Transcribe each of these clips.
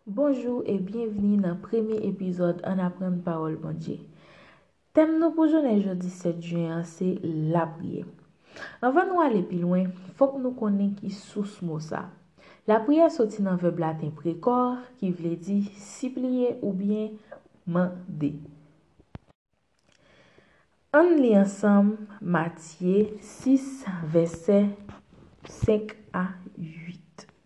Bonjour et bienvenue dans le premier épisode en apprendre parole bon Dieu. Thème nous pour journée jeudi 7 juin, c'est la prière. Avant nous aller plus loin, faut que nous connaissions qui source mot ça. La prière sorti dans verbe latin précor qui veut dire supplier ou bien demander. On lit ensemble Matthieu 6 verset 5 à 8.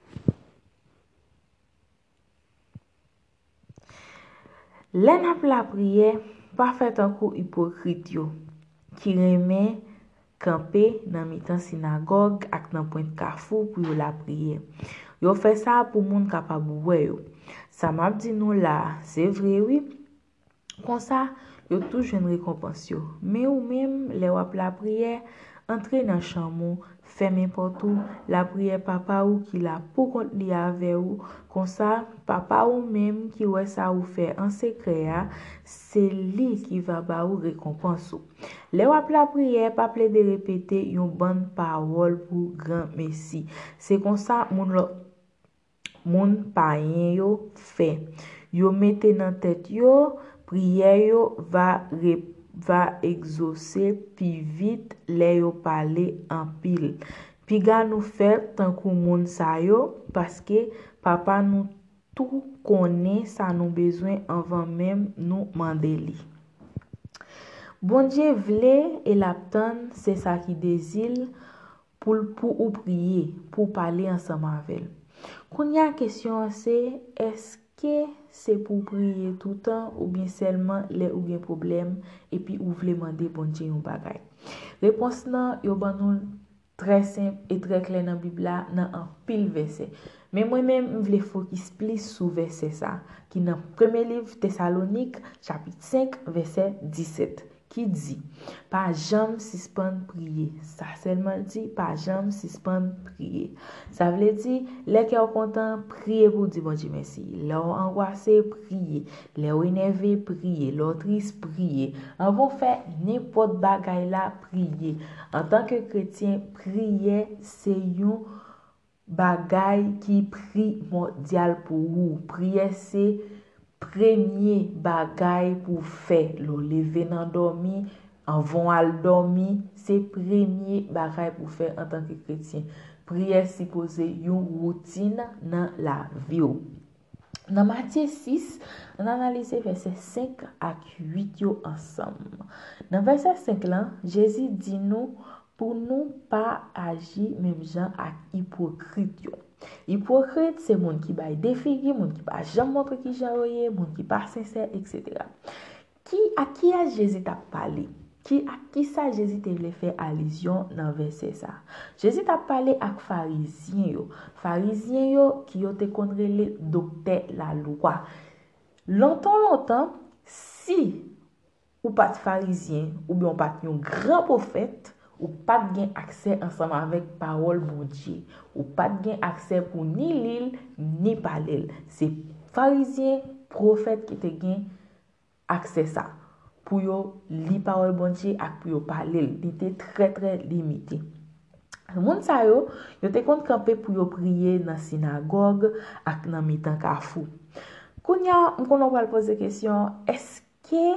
Lè nap la prière, pas fait un coup hypocrite yo, qui remet camper dans mitan synagogue ak dans point Carrefour pour la prière. Yo fait ça pour moun capable wè yo. Ça m'a dit nous là, c'est vrai oui. Comme ça, yo toujours une récompense yo. Mais ou même les wap la prière, entrer dans chambre, fermer porte ou, la prière papa ou qui la pour compte li avec ou, comme ça papa ou même qui ouais ça ou fait en secret, c'est lui qui va ba ou récompense ou. Les wap la prière pas ple de répéter une bonne parole pour grand messie. C'est comme ça moun payen yo fait. Yo mette dans tête yo, prière yo va exaucer plus vite les yo parler en pile. Puis ga nous faire tant que moun sa yo parce que papa nous tout connaît ça nous besoin avant même nous demander li. Bon Dieu vle et l'aptan c'est ça qui désire pour ou prier, pour parler ensemble avec. Quand y a question c'est est-ce que c'est pour prier tout le temps ou bien seulement les ou bien problème et puis ou vle demander bon Dieu un bagay. Réponse nan yo ban nou très simple et très clair dans Bible là dans un pile verset. Mais moi-même vle focus plus sur verset ça qui dans premier livre Thessalonique chapitre 5 verset 17. Qui dit pas jamais suspendre prier. Ça seulement dit pas jamais suspendre prier. Ça veut dire les cœurs contents prier pour dire bon Dieu merci. Les angoissés prier, les énervés prier, les tristes prier. On va faire n'importe bagaille là prier. En tant que chrétien, prier c'est un bagaille qui primordial pour vous. Prier c'est premier bagay pour faire le lever nan dormi avant al dormi c'est premier bagay pour faire en tant que chrétien. Prière supposé une routine dans la vie. Dans Matthieu 6, on analyse verset 5 à 8 yo ensemble. Dans verset 5 là, Jésus dit nous pour nous pas agir même gens ak hypocrite yo. Hypocrite c'est moun qui bay défi, moun qui pas jamais montre qui jaroye, moun qui pas sincère etc. Qui a Jésus t'a parlé? À qui ça Jésus te voulait faire allusion dans verset ça? Jésus t'a parlé avec pharisiens yo qui yo te contrôlé docteur la loi. Longtemps si ou pas de pharisien ou bien pas un grand prophète ou pas de accès ensemble avec parole bon Dieu ou pas de accès pour ni lire ni parler. C'est pharisien prophète qui te gain accès ça pour yo li parole bon Dieu ak pour yo parler. Il était très limité. Moun sa yo te compte camper pour yo prier dans synagogue ak dans mitan Carrefour. Kounya on va poser question, est-ce que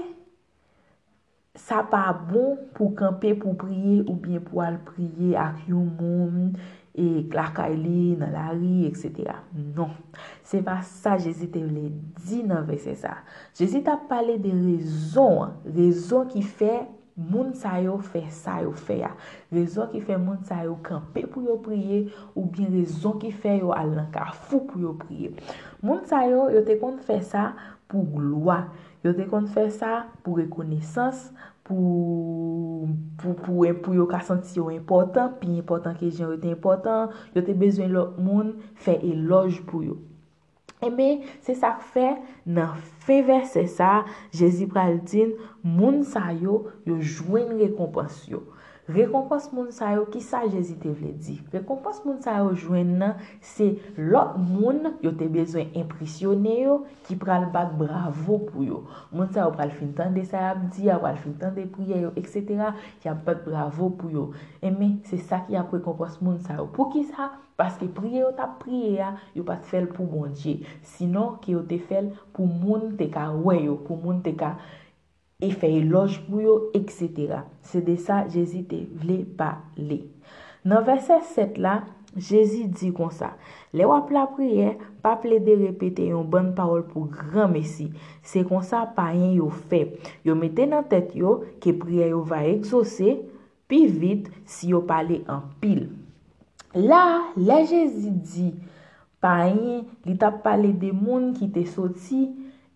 ça pas bon pour camper pour prier ou bien pour aller prier avec yon moun et la kaili dans la rue etc. Non, c'est pas ça Jésus te voulait dire dans verset ça. Jésus t'a parlé de raisons qui fait moun sa yo fait ça yo fait ya. Raison qui fait moun sa yo camper pour yo prier ou bien raison qui fait yo aller dans Carrefour pour yo prier. Moun sa yo te compte faire ça pour gloire. Yo te compte faire ça pour reconnaissance, pour yo ka senti yo important, puis important que gens yo important, yo te besoin l'autre monde faire éloge pour yo. Et bien, c'est ça fait dans fin verset ça, Jésus pral dire moun sa yo joine récompense yo. Récompense moun sa yo, qui ça Jésus te vle di? Récompense moun sa yo jwen nan, c'est l'autre moun yo te besoin impressionner yo, qui pral bat bravo pour yo. Moun sa yo pral fin tande sa ap di, pral fin tande prière yo, etc. Qui a bat bravo pour yo. Et mais c'est ça qui a récompense moun sa yo. Pour qui ça? Parce que prière yo ta prière, yo pas fait pour bon Dieu. Sinon, qui yo te fait pour moun te ka wè yo, pour moun te ka et fait éloge pour yo, etc. C'est de ça Jésus te vle parler. Dans verset 7 là, Jésus dit comme ça: les wap la prière, pas plaider répéter une bonne parole pour grand messie. C'est comme ça païen yo fait. Yo mette dans tête yo que prière yo va exaucer plus vite si yo parler en pile. Là, Jésus dit païen, li t'a parlé des moun qui te sorti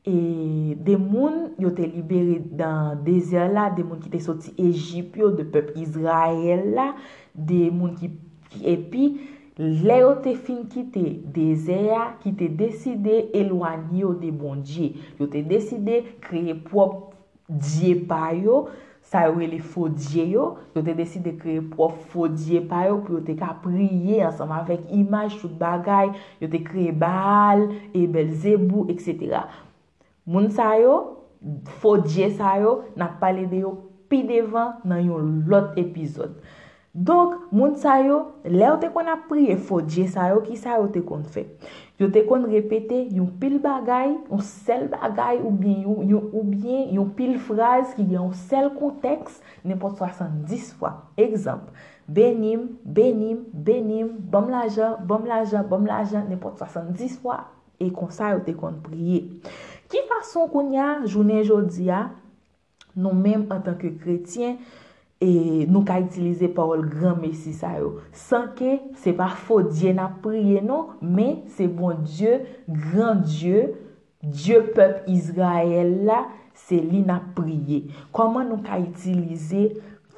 et des moun yo te libéré dans désert là, des moun qui te sorti Égypte de peuple Israël là, des moun qui et puis les yo te fin quitter désert, qui te décidé éloigner de bon Dieu, yo te décidé créer propre Dieu pa yo. Ça yo les faux dieu yo te décidé créer propre faux dieu pa yo pour te ka prier ensemble avec image tout bagay, yo te créer Baal et Belzébou, etc. Moun sa yo, faux dieu sa yo, n'a parlé de yo pi devant dans yon l'autre épisode. Donc, moun sa yo, là te kon a prier faux dieu sa yo, qui sa yo te kon fait? Yo te kon répéter yon pile bagay, yon seul bagay ou bien yon pile phrase qui a un seul contexte n'importe 70 fois. Exemple, bénim, bénim, bénim, bom l'argent, n'importe 70 fois et comme ça yo te kon prier. Qui façon qu'on y a journée jodi a nous même en tant que chrétiens et nous ka utiliser parole grand messie ça yo sans que c'est pas faux Dieu n'a prié non, mais c'est bon Dieu, grand Dieu, Dieu peuple Israël là, c'est lui n'a prié. Comment nous ka utiliser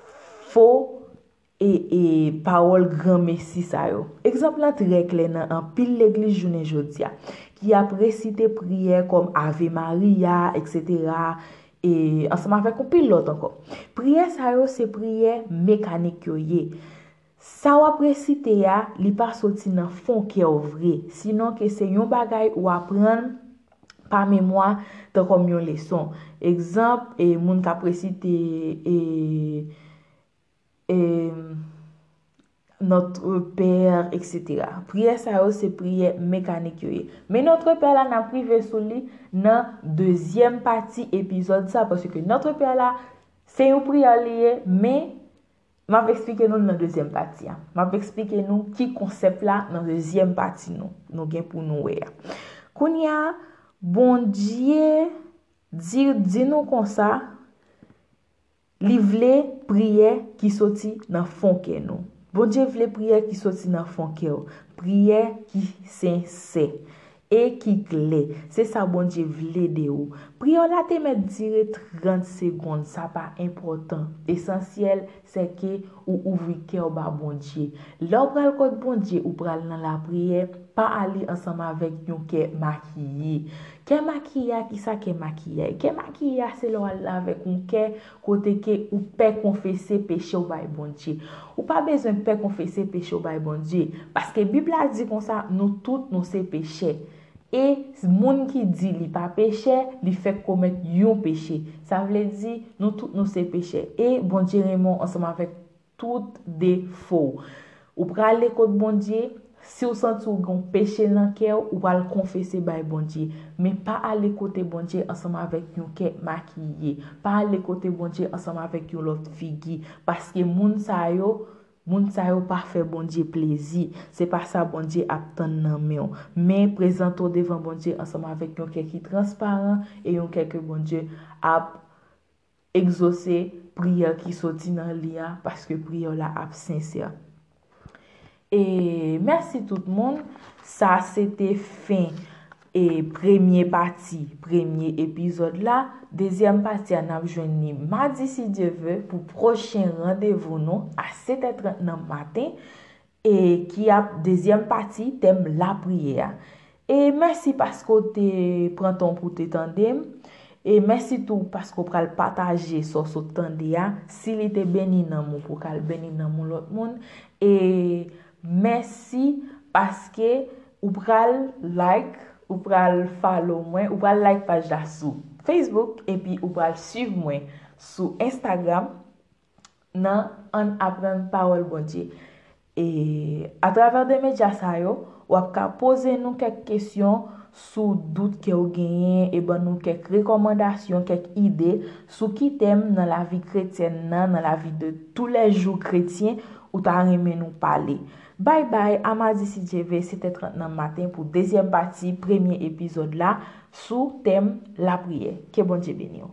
faux et parole grand messie ça yo? Exemple là très clair en pile l'église journée jodi a qui a récité prière comme Ave Maria, etc. Et ensemble avec un pilote encore. Prière ça yo c'est prière mécanique yo yé. Ça ou réciter ya, li pas sorti dans fond cœur vrai. Sinon que c'est yon bagay ou apprendre par mémoire tant comme yon leçon. Exemple et moun ka réciter et notre Père, etc. Prière ça c'est prière mécanique. Mais notre Père là n'a privé sur lui dans deuxième partie épisode ça parce que notre Père là c'est une prière liée mais m'a expliquer nous dans deuxième partie. M'a expliquer nous qui concept là dans deuxième partie nous gain pour nous voir. Kounya bon Dieu dit nous comme ça li vle prière qui sorti dans fond que nous. Bon Dieu vle prière qui sorti dans fond cœur, prière qui sincère et qui clair. C'est ça bon Dieu vle de ou. Prière là te met dire 30 secondes, ça pas important. Essentiel c'est que ou ouvrir cœur ba bon Dieu. Là pral côté bon Dieu ou pral dans la prière, pas aller ensemble avec yon cœur maquillé. Cœur maquillé qui ça cœur maquillé? Cœur maquillé c'est là avec un cœur côté que ou peut confesser péché au bail bon Dieu. Ou pas besoin peut confesser péché au bail bon Dieu parce que Bible a dit comme ça nous tous nous c'est péché. Et moun qui dit li pas péché, li fait commettre yon péché. Ça veut dire nous tous nous c'est péché et bon Dieu Raymond ensemble avec tout défaut. Ou pral côté bon Dieu, si vous sentez un péché dans cœur, ou va le confesser by bon Dieu, mais pas aller côté bon Dieu ensemble avec un cœur maquillé, pas aller côté bon Dieu ensemble avec une autre figure parce que moun sa yo pas fait bon Dieu plaisir. C'est pas ça bon Dieu attend nan mais présente devant bon Dieu ensemble avec un cœur qui transparent et un cœur que bon Dieu a exaucé prière qui sorti dans lia parce que prière là a sincère. Et merci tout le monde. Ça c'était fin et premier épisode là. Deuxième partie on a joindre mardi si Dieu veut pour prochain rendez-vous nous à 7h30 dans matin et qui a deuxième partie thème la prière. Et merci parce que tu prends ton pour t'étendre Et merci tout parce qu'on pral partager sur ce temps dia. S'il était béni dans mon pour qu'al béni dans mon l'autre monde. Et merci parce que ou pral like, ou pral follow moi, ou pral like page là sur Facebook et puis ou pral suivre moi sur Instagram nan On apprend parole bon Dieu. Et à travers des médias ça yo, ou ka poser nous quelques questions sous doute que vous gagnez et ben nous quelques recommandations, quelques idées sur qui thème dans la vie chrétienne, dans la vie de tous les jours chrétiens ou t'a aimé nous parler. Bye bye, Amadi CJV, c'était 39 matin pour deuxième partie, premier épisode là, sous thème la prière. Que bon Dieu bénisse.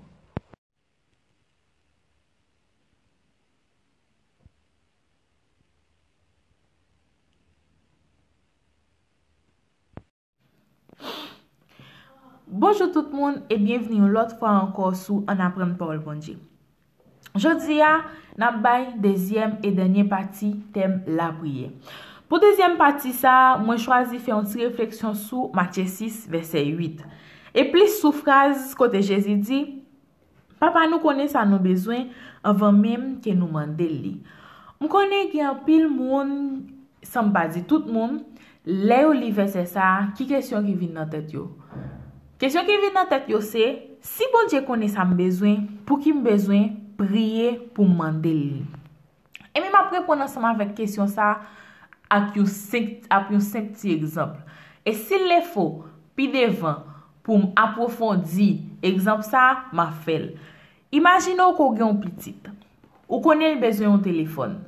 Bonjour tout le monde et bienvenue une autre fois encore sur On apprend parole bon Dieu. Aujourd'hui, n'a bay deuxième et dernière partie thème la prière. Pour deuxième partie ça, moi choisi faire une petite réflexion sur Matthieu 6 verset 8. Et plus sous phrase côté Jésus dit, papa nous connaît ça nos besoins avant même que nous mandel li. On connaît qu'il y a pile monde, sans pas dire tout le monde, les li verset ça, qui question qui vient dans tête yo. Question qui vient dans tête yo c'est si bon Dieu connaît ça me besoin, pour qui me besoin prier pour demander. Et même après prendre ensemble avec question ça avec un cinq petit exemple. Et s'il le faut, puis devant pour approfondir exemple ça m'a fait. Imaginez qu'on a un petit ou connaît le besoin d'un téléphone.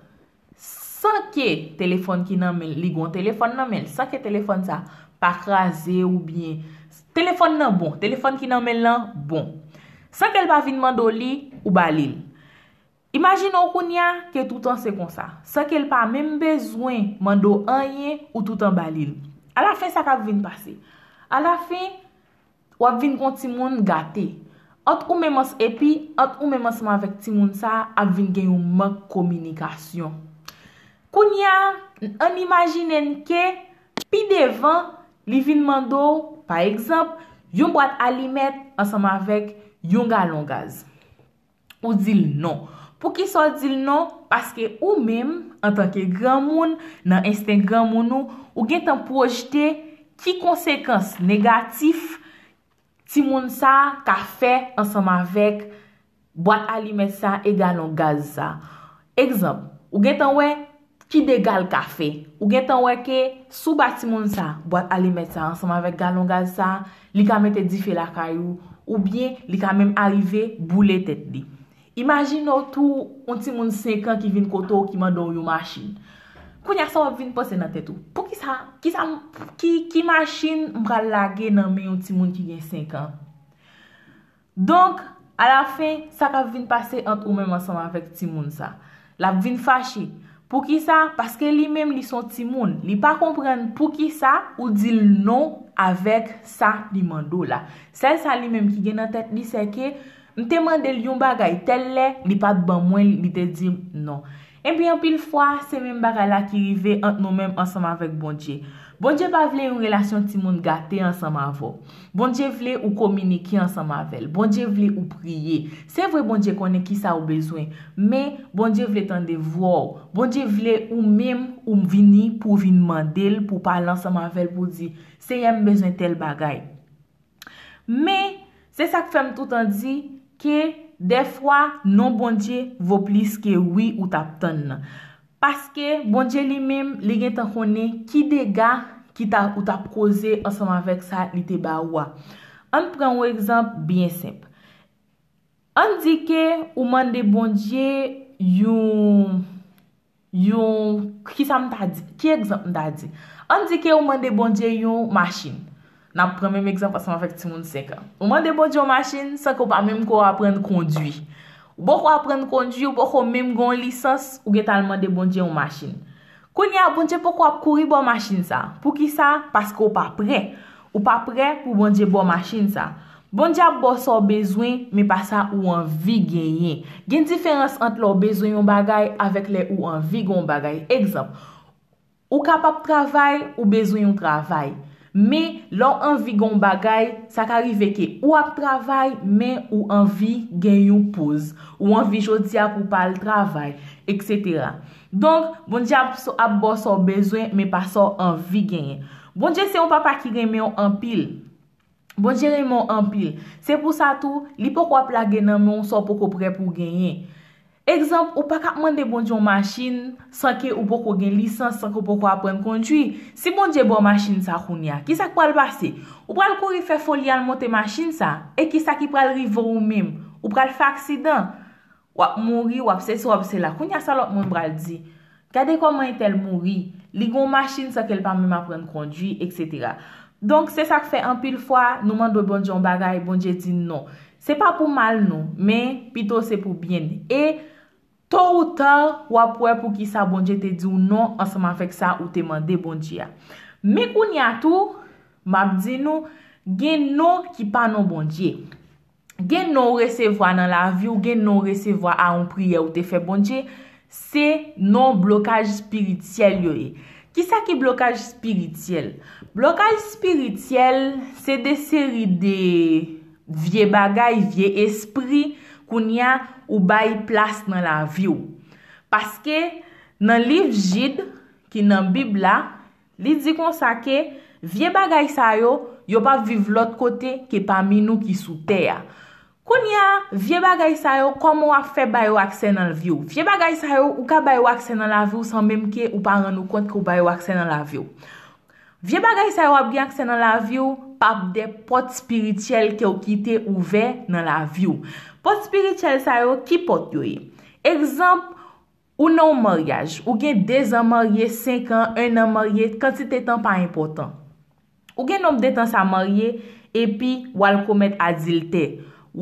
Sans que téléphone qui nan men, li gon téléphone nan men, sans que téléphone ça pas crasé ou bien téléphone nan bon, téléphone qui nan men lan bon. Sans qu'elle va venir demander li ou balil. Imaginons qu'on y a que tout temps c'est comme ça. Sans qu'elle pas même besoin mando rien ou tout en balil. À la fin ça va venir passer. À la fin ou va venir kon ti moun gâté. Entre ou même et puis entre ou même ensemble avec ti moun ça a venir gen yon manque communication. Kounya, on imagine que pi devant li vin mando par exemple yon boîte aliment ensemble avec yon galon gaz. Ou dit non. Pour qui ça dit non parce que ou même en tant que grand monde dans instinct grand monde ou gen tan projeter qui conséquences négatives ti moun ça ka fait ensemble avec boîte aliment ça et galon gaz ça. Exemple, ou gen tan ouais qui dégal café ou gen tan wè ke sous bâtiment ça boîte aliment ça ensemble avec galon gaz ça li ka mette di fè la kayou ou bien li ka même arrivé boule tête li. Imagine tout un petit moun 5 ans qui vinn koto qui mandon yon machine. Kounya ça vinn passer dans tête ou. Pour qui machine m'pral laguer nan men yon petit moun qui gen 5 ans. Donc à la fin ça ka vinn passer entre ou même ensemble avec petit moun ça. La vinn fâché. Pour qui ça? Parce que lui-même, li son ti moun. Li pas comprendre pour qui ça ou dit non avec ça li mando là. C'est ça lui-même qui gen dans tête li c'est que m'te mandé yon bagay tel li pas de ban moins li te dit non. Et bien pile fois c'est même bagay là qui rive entre nous même ensemble avec bon Dieu. Bon Dieu pas vle une relation ti moun gâté ensemble avec. Bon Dieu vle ou communiquer ensemble avec. Bon Dieu vle ou prier. C'est vrai bon Dieu connaît qui ça ou besoin, mais bon Dieu vle tande voir. Bon Dieu vle ou même ou vini pour vinn mandel pour parler ensemble avec pour dire c'est y'a besoin tel bagay. Mais c'est ça que fait tout en dit que des fois non bon Dieu vaut plus que oui ou t'attend. Parce que bon Dieu lui-même li gen tan connaît qui dégâts qui t'a ou t'a causé ensemble avec ça li te ba wa. On prend un exemple bien simple. On dit que ou mande bon Dieu yon qui ça m'ta dit? Qui exemple m'ta dit? On dit que ou mande bon Dieu yon machine. N'a prend même exemple ensemble avec ti moun 5 ans. Ou mande bon Dieu machine sans qu'on pas même ko apprendre conduire. Ou bon apprendre conduire ou bon même gon licence ou get allemand de bon Dieu une machine. Kounya bon Dieu pourquoi courir bon machine ça? Pour qui ça? Parce qu'on pas prêt. Ou pas prêt pour bon Dieu bon machine ça. Bon Dieu bon son besoin mais pas ça ou envie gagner. Gen différence entre leur besoin yon bagay avec les ou envie gon bagay. Exemple, ou capable travail ou besoin yon travail. Mais l'on envie gon bagay, ça qu'arrive que ou ap travail mais ou envie gen yon pause, ou envie jodi a pour pas le travail, etc. Donc, bon Dieu a bon son besoin mais pas son envie gagner. Bon Dieu c'est un papa qui remet en pile. Bon Dieu remet en pile. C'est pour ça tout, li pourquoi plager nan men on sort pour prêt pour gagner. Exemple, ou pas ka demander bon Dieu machine sans que ou poko gen licence, sans que ou poko apprendre conduire. Si bon Dieu bon machine ça kounya, qui ça pral passer? Ou pral courir faire folie al monter machine ça et qui ça qui pral rive ou même? Ou pral faire accident? Ou mourir ou c'est là. Kounya ça l'autre monde pral di. Regardez comment est-elle mourir? Li gon machine ça qu'elle pas même apprendre conduire, etc. Donc c'est ça que fait en pile fois nous demandons bon Dieu bagay, bon Dieu dit non. C'est pas pour mal non, mais plutôt c'est pour bien. Et tôt ou tard, ou après pour qui ça bon Dieu te dit ou non, ensemble avec ça ou te mandé bon Dieu. Mais qu'on y a tout, m'a dit nous, gen non qui pas non bon Dieu. Gen non recevoir dans la vie ou gen non recevoir à une prière ou te fait bon Dieu, c'est non blocage spirituel yo. Qui ça qui blocage spirituel? Blocage spirituel, c'est des séries de vieux bagailles, vieux esprits kounya ou bay place dans la vie ou. Parce que dans livre Jid qui dans Bible là, li dit comme ça que vieux bagay sa yo pas vivre l'autre côté que parmi nous qui sous terre. Kounya vieux bagay sa yo comment a fait bay accès dans la vie ou. Vieux bagay sa yo ou ka bay accès dans la vie ou sans même que ou pas rendre compte que ou bay accès dans la vie ou. Vieux bagay sa yo a bien accès dans la vie ou pas des portes spirituelles qui ont quitté ouvert dans la vie ou. Porte spirituelle ça yo qui porte yo. Exemple ou non mariage, ou gen 2 ans marié, 5 ans, 1 an marié, quantité temps pas important. Ou gen nombre de temps ça marié et puis wal commettre adultère.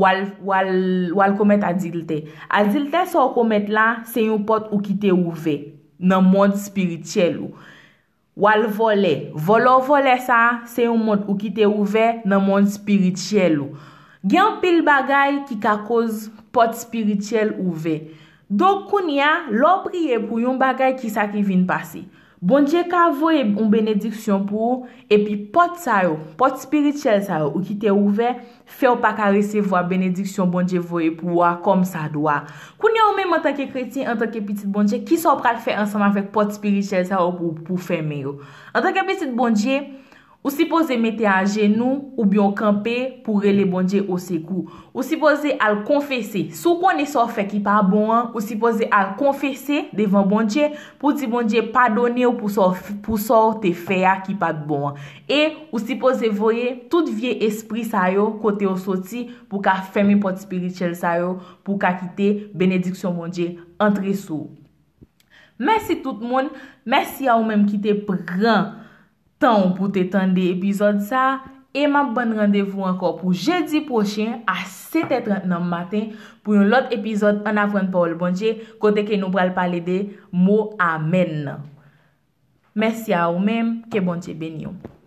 Wal commettre adultère. Adultère ça commettre là, c'est une porte ou qui te ouvert dans monde spirituel ou. Wal voler. Voler ça, c'est un monde ou qui te ouvert dans monde spirituel ou. Gen pile bagay qui ka cause porte spirituelle ouvert. Donc kounya, l'on prier pour yon bagay qui ça qui vient passer. Bon Dieu ka voye une bénédiction pour et puis porte spirituelle ça ou qui te ouvert, fait ou pas ka recevoir bénédiction bon Dieu voye pour comme ça doit. Kounya ou même en tant que chrétien, en tant que petit bon Dieu, qui sont pral faire ensemble avec porte spirituelle ça pour fermer yo. En tant que petit bon Dieu, ou supposé mettre à genoux ou bien camper pour les bon Dieu au secours. Ou supposé à le confesser. Si vous connaissez ça fait qui pas bon, ou supposé à le confesser devant bon Dieu pour dire bon Dieu pardonner ou pour ça te faire qui pas bon. Et ou supposé voyer tout vieux esprit ça yo côté au sorti pour qu'a fermer porte spirituelle ça yo pour qu'a quitter bénédiction bon Dieu entrer sous. Merci tout le monde. Merci à vous même qui te prend temps pour t'étendre l'épisode ça et m'a bonne rendez-vous encore pour jeudi prochain à 7h30 dans le matin pour un autre épisode en apprendre parole bon Dieu côté que nous pral parler des mots amen. Merci à vous même que bon Dieu bénisse.